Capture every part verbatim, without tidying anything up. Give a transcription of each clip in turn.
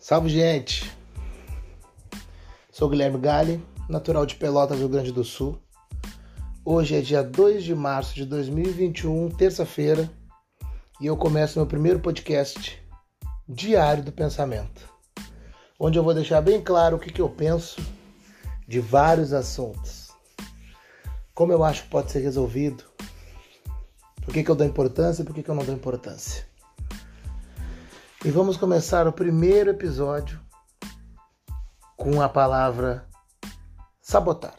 Salve, gente! Sou Guilherme Galli, natural de Pelotas, Rio Grande do Sul. Hoje é dia dois de março de dois mil e vinte e um, terça-feira, e eu começo meu primeiro podcast Diário do Pensamento, onde eu vou deixar bem claro o que, que eu penso de vários assuntos. Como eu acho que pode ser resolvido, por que, que eu dou importância e por que, que eu não dou importância. E vamos começar o primeiro episódio com a palavra sabotar.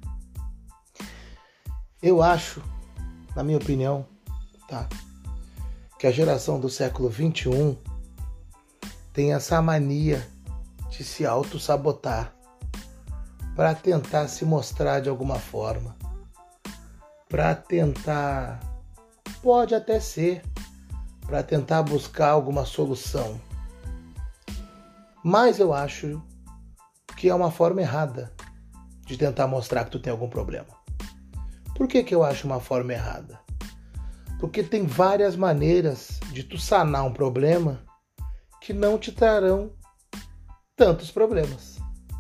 Eu acho, na minha opinião, tá, que a geração do século vinte e um tem essa mania de se auto-sabotar para tentar se mostrar de alguma forma, para tentar, pode até ser, para tentar buscar alguma solução. Mas eu acho que é uma forma errada de tentar mostrar que tu tem algum problema. Por que que eu acho uma forma errada? Porque tem várias maneiras de tu sanar um problema que não te trarão tantos problemas.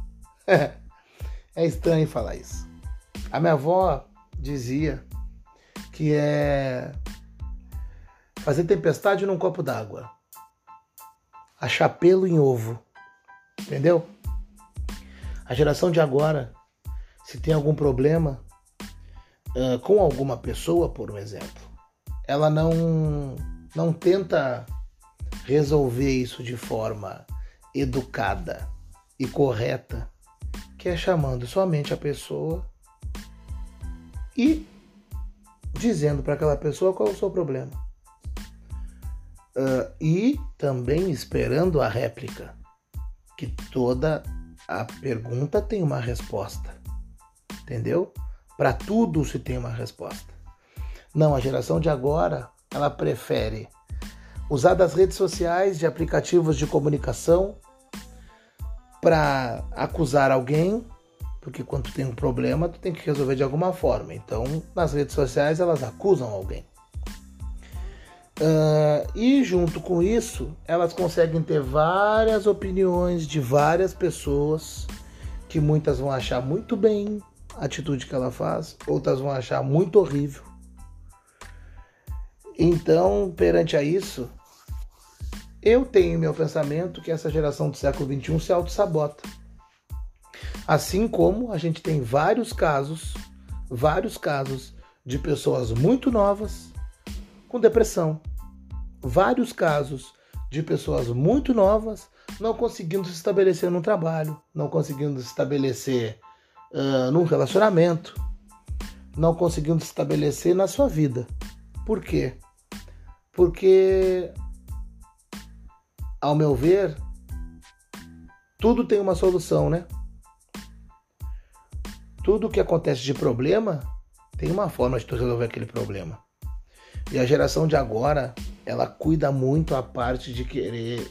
É estranho falar isso. A minha avó dizia que é fazer tempestade num copo d'água, achar pelo em ovo, entendeu? A geração de agora, se tem algum problema uh, com alguma pessoa, por um exemplo, ela não, não tenta resolver isso de forma educada e correta, que é chamando somente a pessoa e dizendo para aquela pessoa qual é o seu problema. Uh, e também esperando a réplica, que toda a pergunta tem uma resposta, entendeu? Para tudo se tem uma resposta. Não, a geração de agora, ela prefere usar das redes sociais, de aplicativos de comunicação para acusar alguém, porque quando tu tem um problema, tu tem que resolver de alguma forma. Então, nas redes sociais, elas acusam alguém. Uh, e junto com isso, elas conseguem ter várias opiniões de várias pessoas, que muitas vão achar muito bem a atitude que ela faz, outras vão achar muito horrível. Então, perante a isso, eu tenho meu pensamento que essa geração do século vinte e um se auto-sabota. Assim como a gente tem vários casos, vários casos de pessoas muito novas com depressão. Vários casos de pessoas muito novas não conseguindo se estabelecer no trabalho, não conseguindo se estabelecer uh, num relacionamento, não conseguindo se estabelecer na sua vida. Por quê? Porque, ao meu ver, tudo tem uma solução, né? Tudo que acontece de problema tem uma forma de tu resolver aquele problema. E a geração de agora, ela cuida muito a parte de querer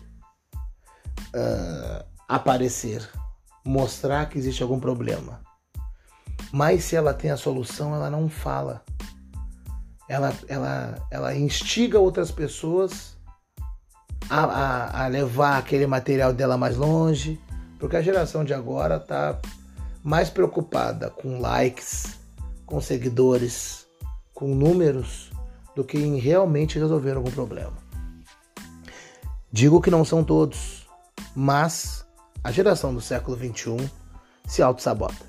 uh, aparecer, mostrar que existe algum problema. Mas se ela tem a solução, ela não fala. Ela, ela, ela instiga outras pessoas a, a, a levar aquele material dela mais longe, porque a geração de agora está mais preocupada com likes, com seguidores, com números, do que em realmente resolver algum problema. Digo que não são todos, mas a geração do século vinte e um se auto-sabota.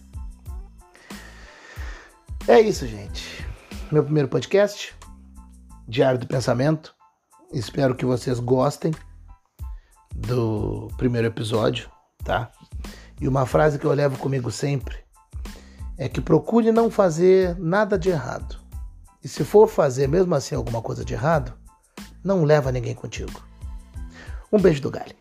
É isso, gente. Meu primeiro podcast, Diário do Pensamento. Espero que vocês gostem do primeiro episódio, tá? E uma frase que eu levo comigo sempre é que procure não fazer nada de errado. E se for fazer mesmo assim alguma coisa de errado, não leva ninguém contigo. Um beijo do Galho.